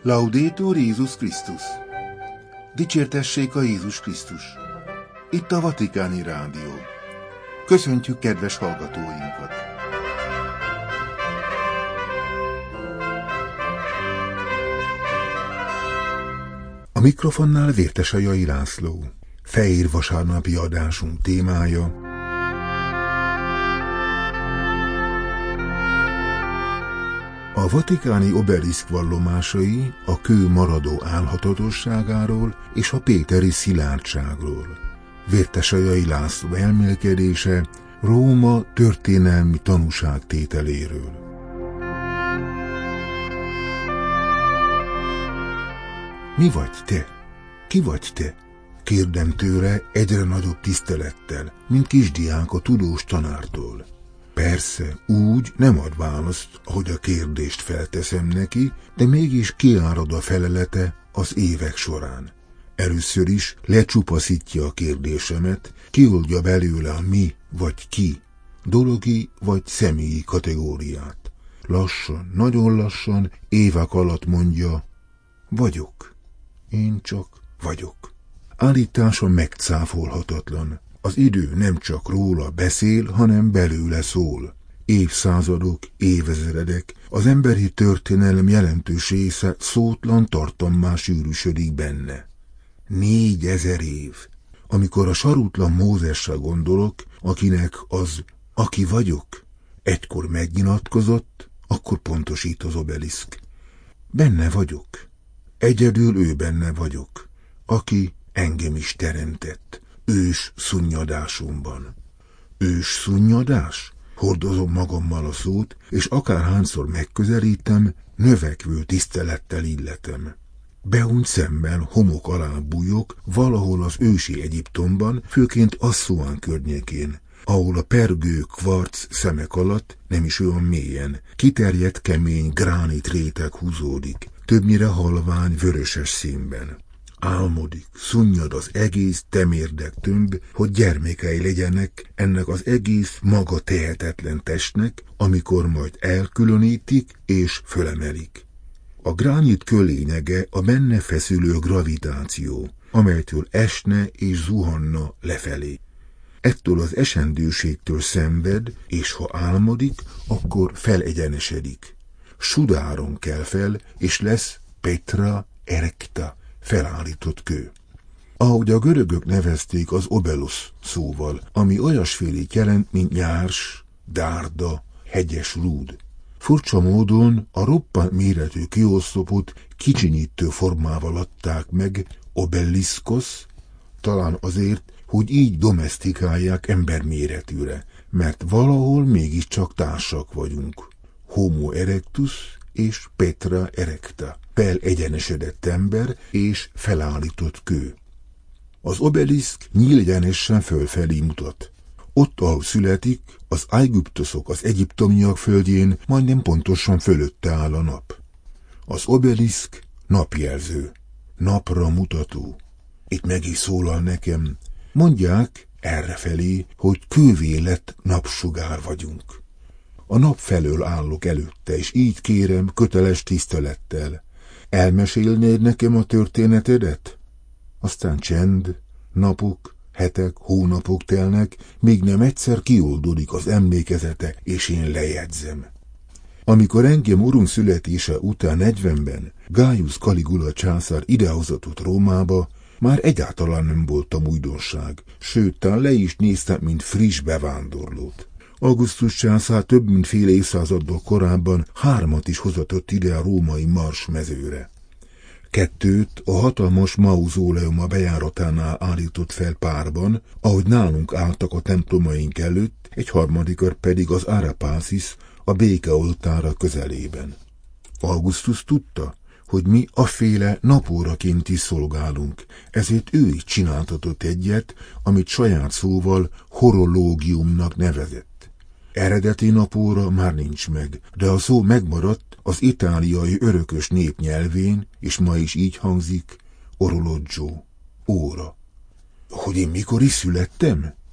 Laudetur Jézus Krisztus! Dicsértessék a Jézus Krisztus! Itt a Vatikáni Rádió. Köszöntjük kedves hallgatóinkat! A mikrofonnál Vértesajai László. Fehér vasárnapi adásunk témája: a vatikáni obeliszk vallomásai a kő maradó állhatatosságáról és a péteri szilárdságról. Vértesajai László elmélkedése Róma történelmi tanúságtételéről. Mi vagy te? Ki vagy te? Kérdem tőle egyre nagyobb tisztelettel, mint kisdiák a tudós tanártól. Persze, úgy nem ad választ, ahogy a kérdést felteszem neki, de mégis kiárad a felelete az évek során. Először is lecsupaszítja a kérdésemet, kioldja belőle a mi vagy ki, dologi vagy személyi kategóriát. Lassan, nagyon lassan, évek alatt mondja: vagyok. Én csak vagyok. Állítása megcáfolhatatlan. Az idő nem csak róla beszél, hanem belőle szól. Évszázadok, évezredek, az emberi történelem jelentős része szótlan tartammá sűrűsödik benne. 4000 év. Amikor a sarutlan Mózesre gondolok, akinek az aki vagyok egykor megnyilatkozott, akkor pontosít az obeliszk. Benne vagyok. Egyedül ő benne vagyok, aki engem is teremtett. Ős szunnyadásomban. Ős szunnyadás? Hordozom magammal a szót, és akárhányszor megközelítem, növekvő tisztelettel illetem. Behunyt szemmel homok alá bújok valahol az ősi Egyiptomban, főként Asszuán környékén, ahol a pergő kvarc szemek alatt, nem is olyan mélyen, kiterjedt kemény gránit réteg húzódik, többnyire halvány vöröses színben. Álmodik, szunnyad az egész temérdek tömb, hogy gyermekei legyenek ennek az egész maga tehetetlen testnek, amikor majd elkülönítik és fölemelik. A gránit kőlényege a benne feszülő gravitáció, amelytől esne és zuhanna lefelé. Ettől az esendőségtől szenved, és ha álmodik, akkor felegyenesedik. Sudáron kell fel, és lesz Petra erecta, felállított kő. Ahogy a görögök nevezték az obelos szóval, ami olyasfélét jelent, mint nyárs, dárda, hegyes rúd. Furcsa módon a roppant méretű kioszlopot kicsinyítő formával adták meg obeliszkosz, talán azért, hogy így domesztikálják emberméretűre, mert valahol mégiscsak társak vagyunk. Homo erectus és Petra erecta, felegyenesedett ember és felállított kő. Az obeliszk nyílegyenesen fölfelé mutat. Ott, ahol születik, az aegyptoszok, az egyiptomiak földjén majdnem pontosan fölötte áll a nap. Az obeliszk napjelző, napra mutató. Itt meg is szólal nekem, mondják errefelé, hogy kővé lett napsugár vagyunk. A nap felől állok előtte, és így kérem köteles tisztelettel: elmesélnéd nekem a történetedet? Aztán csend, napok, hetek, hónapok telnek, míg nem egyszer kioldódik az emlékezete, és én lejegyzem. Amikor engem urunk születése után 40-ben Gaius Caligula császár idehozatott Rómába, már egyáltalán nem voltam újdonság, sőt, talán le is néztem, mint friss bevándorlót. Augustus császár több mint fél évszázaddal korábban 3 is hozatott ide a római Mars mezőre. 2 a hatalmas mauzóleum a bejáratánál állított fel párban, ahogy nálunk álltak a templomaink előtt, egy 3. pedig az Arapászis a békeoltára közelében. Augustus tudta, hogy mi aféle napóraként is szolgálunk, ezért ő is csináltatott egyet, amit saját szóval horológiumnak nevezett. Eredeti napóra már nincs meg, de a szó megmaradt az itáliai örökös nép nyelvén, és ma is így hangzik: orologio, óra. Hogy én mikor is születtem?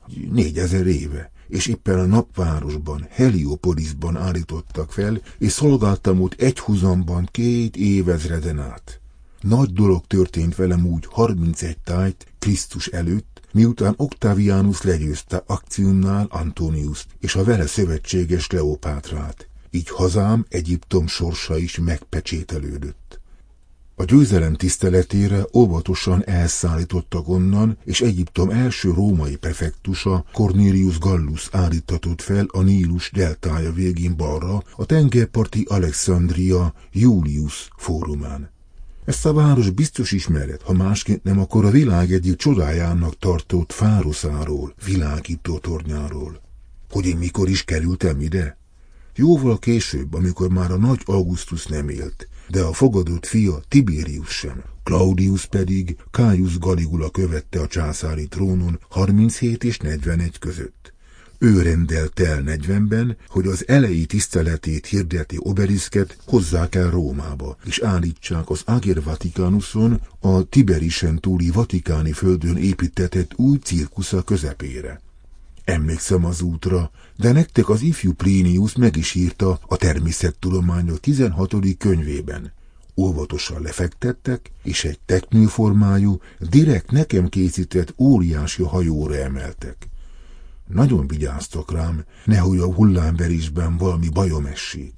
4000 éve, és éppen a napvárosban, Heliopolisban állítottak fel, és szolgáltam ott egyhuzamban 2 évezreden át. Nagy dolog történt velem úgy 31 tájt Krisztus előtt, miután Octavianus legyőzte Actiumnál Antoniust és a vele szövetséges Kleopátrát. Így hazám, Egyiptom sorsa is megpecsételődött. A győzelem tiszteletére óvatosan elszállítottak onnan, és Egyiptom első római prefektusa Cornelius Gallus állítatott fel a Nílus deltája végén balra a tengerparti Alexandria Julius fórumán. Ezt a város biztos ismered, ha másként nem, akkor a világ egyik csodájának tartott Fároszáról, világító tornyáról. Hogy én mikor is kerültem ide? Jóval később, amikor már a nagy Augustus nem élt, de a fogadott fia Tiberius sem. Claudius pedig Caius Caligula követte a császári trónon 37 és 41 között. Ő rendelte el 40-ben, hogy az elejé tiszteletét hirdeti obeliszket hozzák el Rómába, és állítsák az Ager Vaticanuson, a Tiberisen túli vatikáni földön építetett új cirkusza közepére. Emlékszem az útra, de nektek az ifjú Plinius meg is írta a természettudományok 16. könyvében. Óvatosan lefektettek, és egy teknőformájú, direkt nekem készített óriási hajóra emeltek. Nagyon vigyáztak rám, nehogy a hullámverésben valami bajom essék.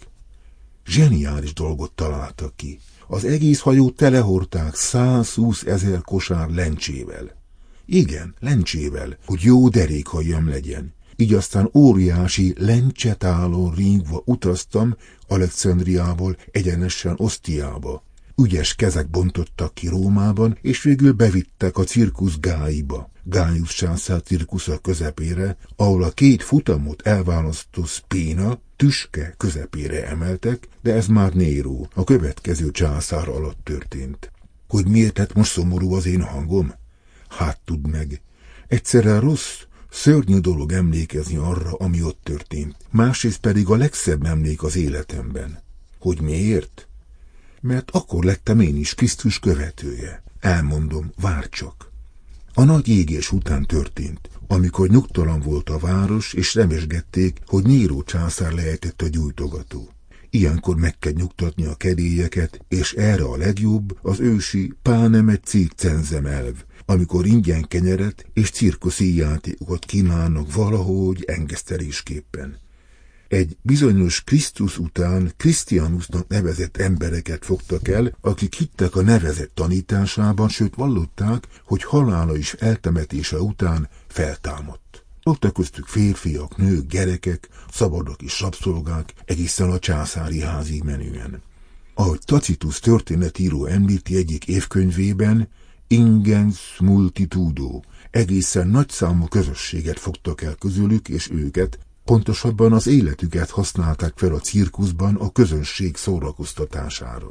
Zseniális dolgot találtak ki. Az egész hajót telehordták 120 000 kosár lencsével. Igen, lencsével, hogy jó derékhajam legyen. Így aztán óriási lencsetálon ringva utaztam Alexandriából egyenesen Osztiába. Ügyes kezek bontottak ki Rómában, és végül bevittek a cirkusz Gáiba, Gaius császár cirkusza közepére, ahol a 2 futamot elválasztó Spina tüske közepére emeltek, de ez már Nero, a következő császár alatt történt. Hogy miért lett most szomorú az én hangom? Hát tudd meg, egyszerre rossz, szörnyű dolog emlékezni arra, ami ott történt, másrészt pedig a legszebb emlék az életemben. Hogy miért? Mert akkor lettem én is Krisztus követője. Elmondom, várj csak. A nagy égés után történt, amikor nyugtalan volt a város, és remesgették, hogy Néró császár lehetett a gyújtogató. Ilyenkor meg kell nyugtatni a kedélyeket, és erre a legjobb az ősi pánem et circenzem elv, amikor ingyen kenyeret és cirkuszi játékokat kínálnak valahogy engesztelésképpen. Egy bizonyos Krisztus után Krisztiánusnak nevezett embereket fogtak el, akik hittek a nevezett tanításában, sőt vallották, hogy halála és eltemetése után feltámadt. Voltak köztük férfiak, nők, gyerekek, szabadok és rabszolgák, egészen a császári házig menően. Ahogy Tacitus történetíró említi egyik évkönyvében, ingens multitudo, egészen nagyszámú közösséget fogtak el közülük, és őket, pontosabban az életüket használták fel a cirkuszban a közönség szórakoztatására.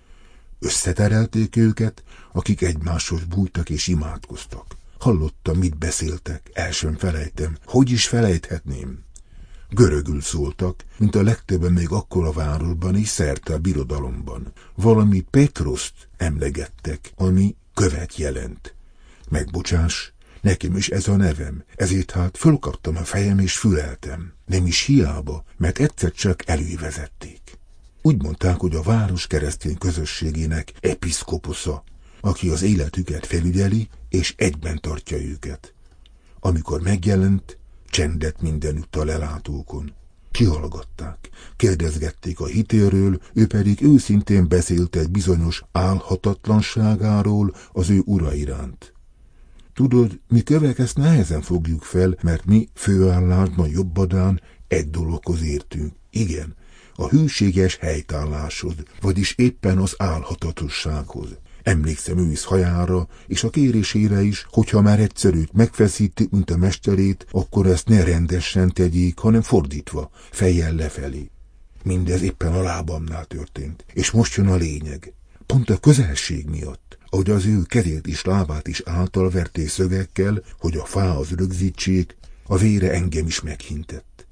Összeterelték őket, akik egymáshoz bújtak és imádkoztak. Hallottam, mit beszéltek, el sem felejtem. Hogy is felejthetném? Görögül szóltak, mint a legtöbben még akkor a városban és szerte a birodalomban. Valami Petroszt emlegettek, ami követ jelent. Megbocsáss, nekem is ez a nevem, ezért hát fölkaptam a fejem és füleltem. Nem is hiába, mert egyszer csak elővezették. Úgy mondták, hogy a város keresztény közösségének episzkoposza, aki az életüket felügyeli és egyben tartja őket. Amikor megjelent, csendet mindenütt a lelátókon. Kihallgatták, kérdezgették a hitéről, ő pedig őszintén beszélt egy bizonyos álhatatlanságáról az ő ura iránt. Tudod, mi kövek ezt nehezen fogjuk fel, mert mi főállásban jobbadán egy dologhoz értünk. Igen, a hűséges helytálláshoz, vagyis éppen az álhatatossághoz. Emlékszem ősz hajára, és a kérésére is, hogyha már egyszer őt megfeszítik, mint a mesterét, akkor ezt ne rendesen tegyék, hanem fordítva, fejjel lefelé. Mindez éppen a lábamnál történt, és most jön a lényeg. Pont a közelség miatt, ahogy az ő kezét és lábát is által verték szögekkel, hogy a fához rögzítsék, a vére engem is meghintett.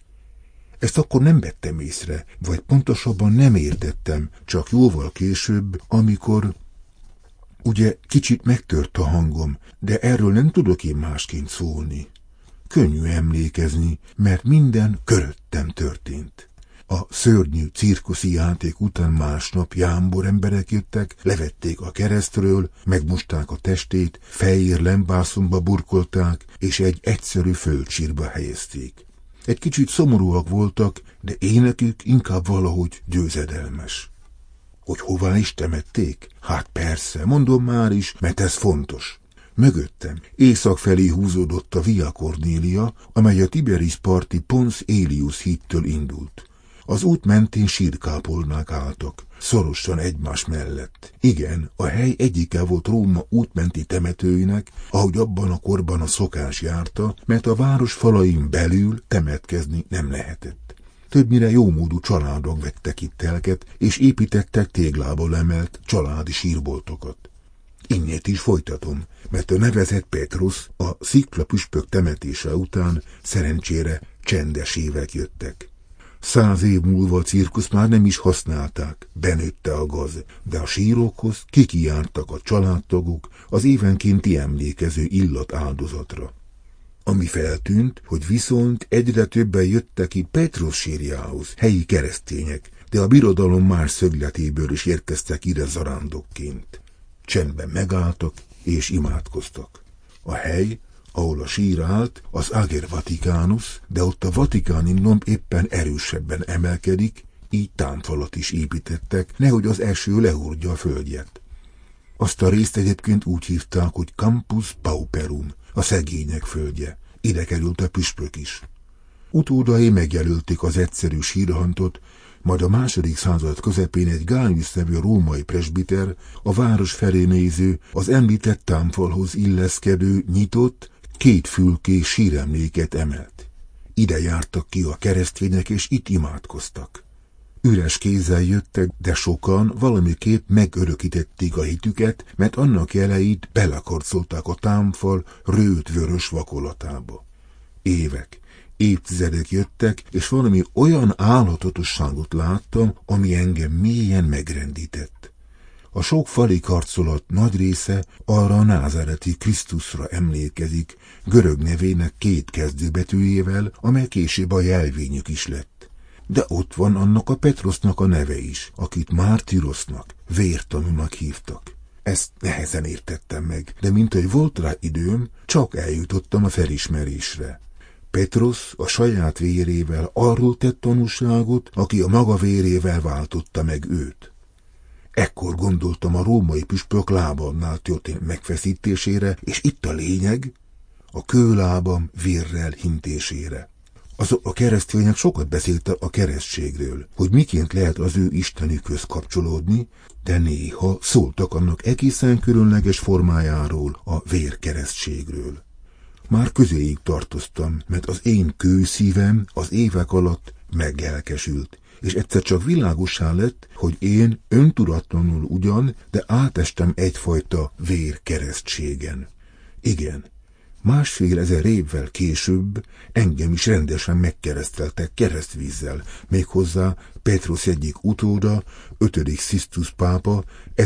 Ezt akkor nem vettem észre, vagy pontosabban nem értettem, csak jóval később, amikor... Ugye kicsit megtört a hangom, de erről nem tudok én másként szólni. könnyű emlékezni, mert minden köröttem történt. A szörnyű cirkuszi játék után másnap jámbor emberek jöttek, levették a keresztről, megmosták a testét, fehér lembászonba burkolták, és egy egyszerű földsírba helyezték. Egy kicsit szomorúak voltak, de énekük inkább valahogy győzedelmes. Hogy hová is temették? Hát persze, mondom már is, mert ez fontos. Mögöttem észak felé húzódott a Via Cornelia, amely a Tiberis parti Pons Aelius hídtől indult. Az út mentén sírkápolnák álltak, szorosan egymás mellett. Igen, a hely egyike volt Róma útmenti temetőinek, ahogy abban a korban a szokás járta, mert a város falain belül temetkezni nem lehetett. Többnyire jómódú családok vettek itt telket, és építettek téglából emelt családi sírboltokat. Innét is folytatom, mert a nevezett Petrus a sziklapüspök temetése után szerencsére csendes évek jöttek. 100 év múlva a cirkusz már nem is használták, benőtte a gaz, de a sírokhoz kikijártak a családtagok az évenkénti emlékező illat áldozatra. Ami feltűnt, hogy viszont egyre többen jöttek ki Petrus sírjához, helyi keresztények, de a birodalom más szögletéből is érkeztek ide zarándokként. Csendben megálltak és imádkoztak. A hely, ahol a sír állt, az Ager Vaticanus, de ott a vatikáni nomb éppen erősebben emelkedik, így támfalat is építettek, nehogy az eső lehordja a földjet. Azt a részt egyébként úgy hívták, hogy Campus Pauperum, a szegények földje. Ide került a püspök is. Utódai megjelölték az egyszerű sírhantot, majd a II. Század közepén egy Gaius nevű római presbiter, a város felé néző, az említett támfalhoz illeszkedő, nyitott, kétfülkés síremléket emelt. Ide jártak ki a keresztények, és itt imádkoztak. Üres kézzel jöttek, de sokan valamiképp megörökítették a hitüket, mert annak jeleit belekarcolták a támfal rőt-vörös vakolatába. Évek, évtizedek jöttek, és valami olyan álhatatosságot láttam, ami engem mélyen megrendített. A sok fali karcolat nagy része arra a názáreti Krisztusra emlékezik, görög nevének 2 kezdőbetűjével, amely később a jelvényük is lett. De ott van annak a Petrosnak a neve is, akit mártírosnak, vértanúnak hívtak. Ezt nehezen értettem meg, de minthogy volt rá időm, csak eljutottam a felismerésre. Petros a saját vérével arról tett tanúságot, aki a maga vérével váltotta meg őt. Ekkor gondoltam a római püspök lábamnál történt megfeszítésére, és itt a lényeg, a kőlábam vérrel hintésére. Azok a keresztények sokat beszéltek a keresztségről, hogy miként lehet az ő istenükhöz kapcsolódni, de néha szóltak annak egészen különleges formájáról, a vérkeresztségről. Már közéig tartoztam, mert az én kőszívem az évek alatt meglelkesült, és egyszer csak világossá lett, hogy én öntudatlanul ugyan, de átestem egyfajta vérkeresztségen. Igen, 1500 évvel később engem is rendesen megkereszteltek keresztvízzel, méghozzá Petrus egyik utóda, 5. Sixtus pápa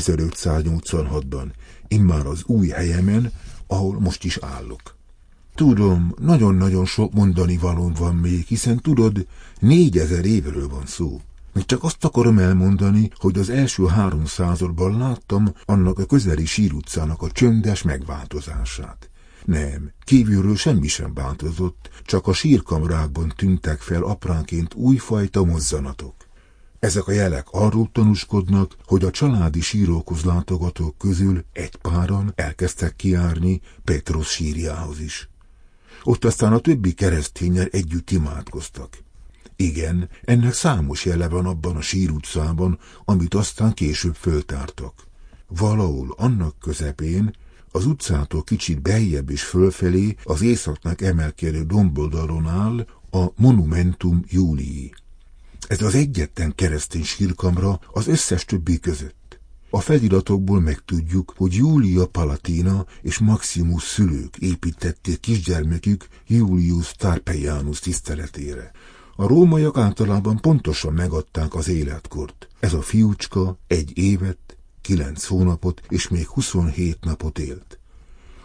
1586-ban, immár az új helyemen, ahol most is állok. Tudom, nagyon-nagyon sok mondani valóm van még, hiszen tudod, 4000 évről van szó. Még csak azt akarom elmondani, hogy az első 300-ban láttam annak a közeli sírutcának a csöndes megváltozását. Nem, kívülről semmi sem változott, csak a sírkamrákban tűntek fel apránként újfajta mozzanatok. Ezek a jelek arról tanúskodnak, hogy a családi sírókhoz látogatók közül egy páran elkezdtek kijárni Petrus sírjához is. Ott aztán a többi keresztényel együtt imádkoztak. Igen, ennek számos jele van abban a sírutcában, amit aztán később föltártak. Valahol annak közepén, az utcától kicsit beljebb és fölfelé az északnak emelkedő domboldalon áll a Monumentum Iulii. Ez az egyetlen keresztény sírkamra az összes többi között. A feliratokból megtudjuk, hogy Julia Palatina és Maximus szülők építették kisgyermekük Iulius Tarpeianus tiszteletére. A rómaiak általában pontosan megadták az életkort. Ez a fiúcska 1 évet, 9 hónapot és még 27 napot élt.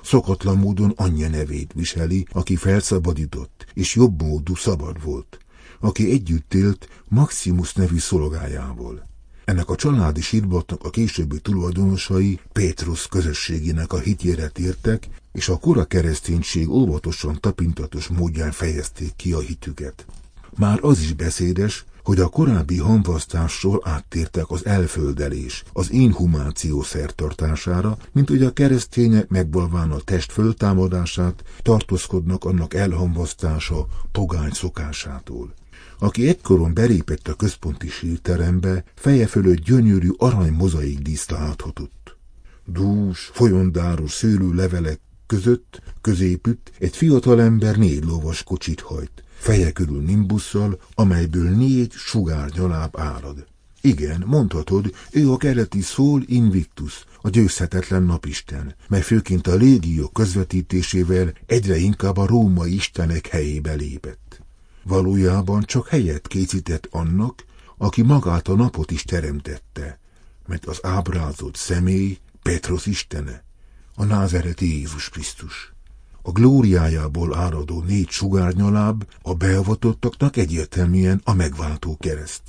szokatlan módon anyja nevét viseli, aki felszabadított, és jobbmódú szabad volt, aki együtt élt Maximus nevű szolgájával. Ennek a családi sírboltnak a későbbi tulajdonosai Pétrusz közösségének a hitjére tértek, és a kora kereszténység óvatosan tapintatos módján fejezték ki a hitüket. Már az is beszédes, hogy a korábbi hamvasztásról áttértek az elföldelés, az inhumáció szertartására, mint hogy a keresztények megvalván a test föltámadását tartózkodnak annak elhamvasztása pogány szokásától. Aki egykoron belépett a központi sírterembe, feje fölött gyönyörű arany mozaik dísz láthatott. Dús, folyondáros szőlő levelek között, középütt egy fiatalember 4 lovas kocsit hajt, feje körül nimbusszal, amelyből 4 sugárnyaláb árad. Igen, mondhatod, ő a keleti Sol Invictus, a győzhetetlen napisten, mely főként a légiók közvetítésével egyre inkább a római istenek helyébe lépett. Valójában csak helyet készített annak, aki magát a napot is teremtette, mert az ábrázolt személy Pétrusz istene, a názáreti Jézus Krisztus. A glóriájából áradó 4 sugárnyaláb a beavatottaknak egyértelműen a megváltó kereszt.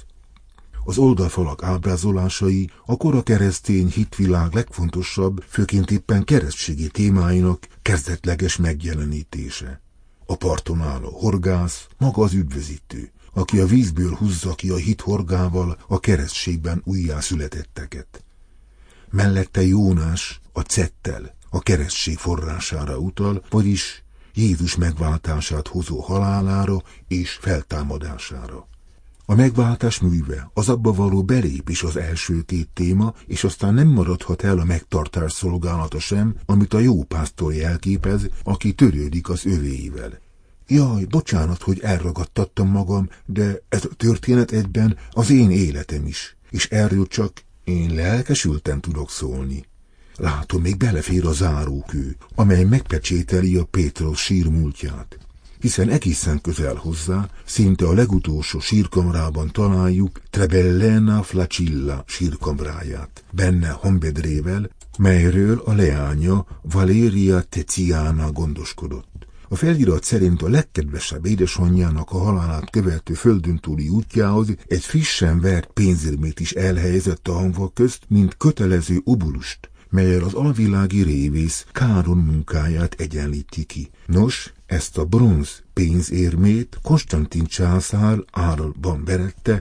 Az oldalfalak ábrázolásai a kora keresztény hitvilág legfontosabb, főként éppen keresztségi témáinak kezdetleges megjelenítése. A parton álló horgász maga az üdvözítő, aki a vízből húzza ki a hit horgával a keresztségben újjászületetteket. Mellette Jónás a cettel, a keresztség forrására utal, vagyis Jézus megváltását hozó halálára és feltámadására. A megváltás műve, az abba való belépés az első 2 téma, és aztán nem maradhat el a megtartás szolgálata sem, amit a jó pásztor jelképez, aki törődik az övéivel. Jaj, bocsánat, hogy elragadtattam magam, de ez a történet egyben az én életem is, és erről csak én lelkesülten tudok szólni. Látom, még belefér a zárókő, amely megpecsételi a Pétrusz sírmúltját. Hiszen egészen közel hozzá, szinte a legutolsó sírkamrában találjuk Trebellena Flacilla sírkamráját, benne honvedrével, melyről a leánya Valeria Tiziana gondoskodott. A felirat szerint a legkedvesebb édesanyjának a halálát követő földön túli útjához egy frissen vert pénzérmét is elhelyezett a hamvak közt, mint kötelező obolust, melyel az alvilági révész Káron munkáját egyenlíti ki. Nos, ezt a bronz pénzérmét Konstantin császár áralban verette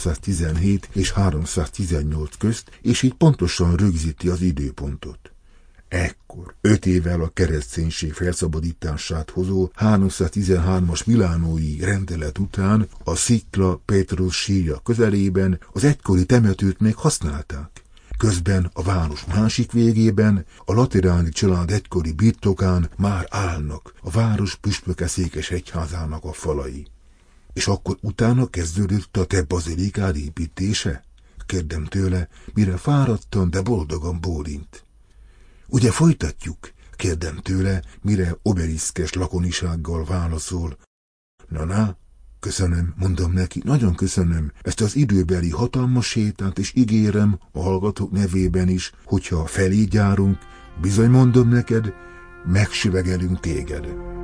317 és 318 közt, és így pontosan rögzíti az időpontot. Ekkor, 5 évvel a kereszténység felszabadítását hozó 313-as milánói rendelet után a Szikla Pétrusz sírja közelében az egykori temetőt még használták. Közben a város másik végében, a Lateráni család egykori birtokán már állnak a város püspöke székesegyházának a falai. És akkor utána kezdődött a te bazilikád építése? Kérdem tőle, mire fáradtan, de boldogan bólint. Ugye folytatjuk? Kérdem tőle, mire obeliszkes lakonisággal válaszol. Na, köszönöm, mondom neki, nagyon köszönöm ezt az időbeli hatalmas sétát, és ígérem a hallgatók nevében is, hogyha felé járunk, bizony mondom neked, megsüvegelünk téged.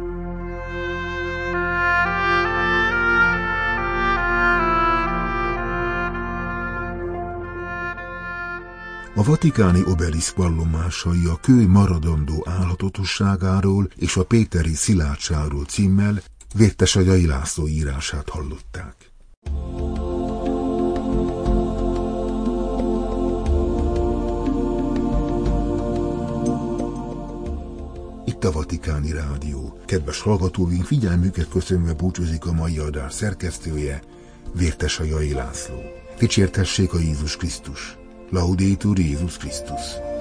A vatikáni obeliszk vallomásai a kő maradandó álhatatosságáról és a péteri szilárdságról címmel Vértesagyai László írását hallották. Itt a Vatikáni Rádió. Kedves hallgatóink, figyelmüket köszönve búcsúzik a mai adás szerkesztője, Vértesagyai László. Dicsértessék a Jézus Krisztus! Laudetur Jézus Krisztus!